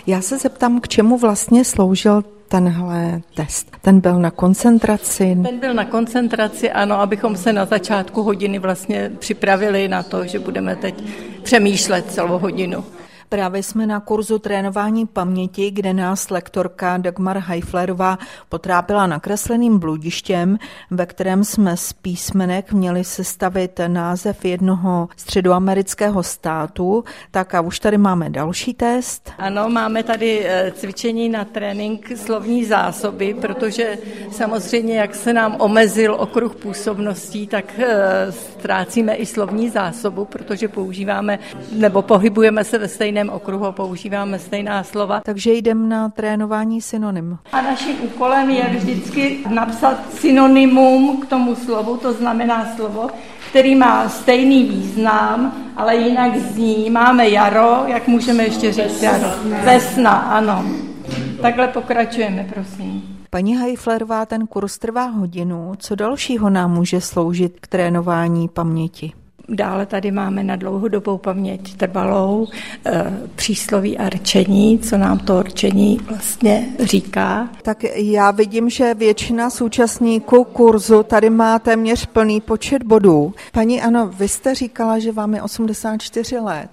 Já se zeptám, k čemu vlastně sloužil tenhle test? Ten byl na koncentraci? Ten byl na koncentraci, ano, abychom se na začátku hodiny vlastně připravili na to, že budeme teď přemýšlet celou hodinu. Právě jsme na kurzu trénování paměti, kde nás lektorka Dagmar Heiflerová potrápila nakresleným bludištěm, ve kterém jsme z písmenek měli sestavit název jednoho středoamerického státu. Tak a už tady máme další test. Ano, máme tady cvičení na trénink slovní zásoby, protože samozřejmě, jak se nám omezil okruh působností, tak ztrácíme i slovní zásobu, protože používáme nebo pohybujeme se ve stejném okruhu, používáme stejná slova. Takže jdeme na trénování synonym. A naším úkolem je vždycky napsat synonymum k tomu slovu, to znamená slovo, který má stejný význam, ale jinak zní. Máme jaro, jak můžeme ještě říct jaro? Vesna, ano. Takhle pokračujeme, prosím. Paní Heiflerová, ten kurz trvá hodinu. Co dalšího nám může sloužit k trénování paměti? Dále tady máme na dlouhodobou paměť trvalou přísloví a rčení, co nám to rčení vlastně říká. Tak já vidím, že většina z účastníků kurzu tady má téměř plný počet bodů. Paní Ano, vy jste říkala, že vám je 84 let.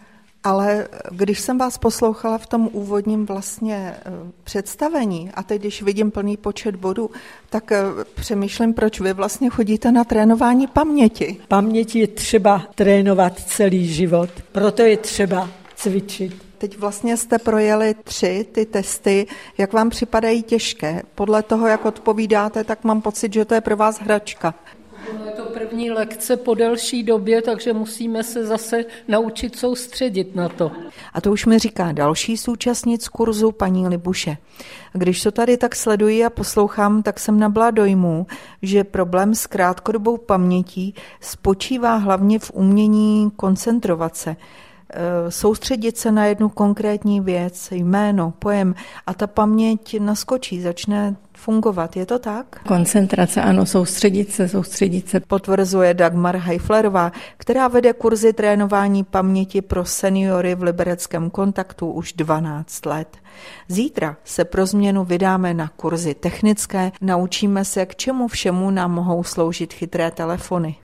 Ale když jsem vás poslouchala v tom úvodním vlastně představení a teď, když vidím plný počet bodů, tak přemýšlím, proč vy vlastně chodíte na trénování paměti. Paměť je třeba trénovat celý život, proto je třeba cvičit. Teď vlastně jste projeli 3 ty testy, jak vám připadají těžké. Podle toho, jak odpovídáte, tak mám pocit, že to je pro vás hračka. Je to první lekce po delší době, takže musíme se zase naučit soustředit na to. A to už mi říká další z účastnic kurzu, paní Libuše. Když to tady tak sleduji a poslouchám, tak jsem nabyla dojmu, že problém s krátkodobou pamětí spočívá hlavně v umění koncentrovat se. Soustředit se na jednu konkrétní věc, jméno, pojem a ta paměť naskočí, začne fungovat. Je to tak? Koncentrace, ano, soustředit se. Potvrzuje Dagmar Heiflerová, která vede kurzy trénování paměti pro seniory v Libereckém Kontaktu už 12 let. Zítra se pro změnu vydáme na kurzy technické, naučíme se, k čemu všemu nám mohou sloužit chytré telefony.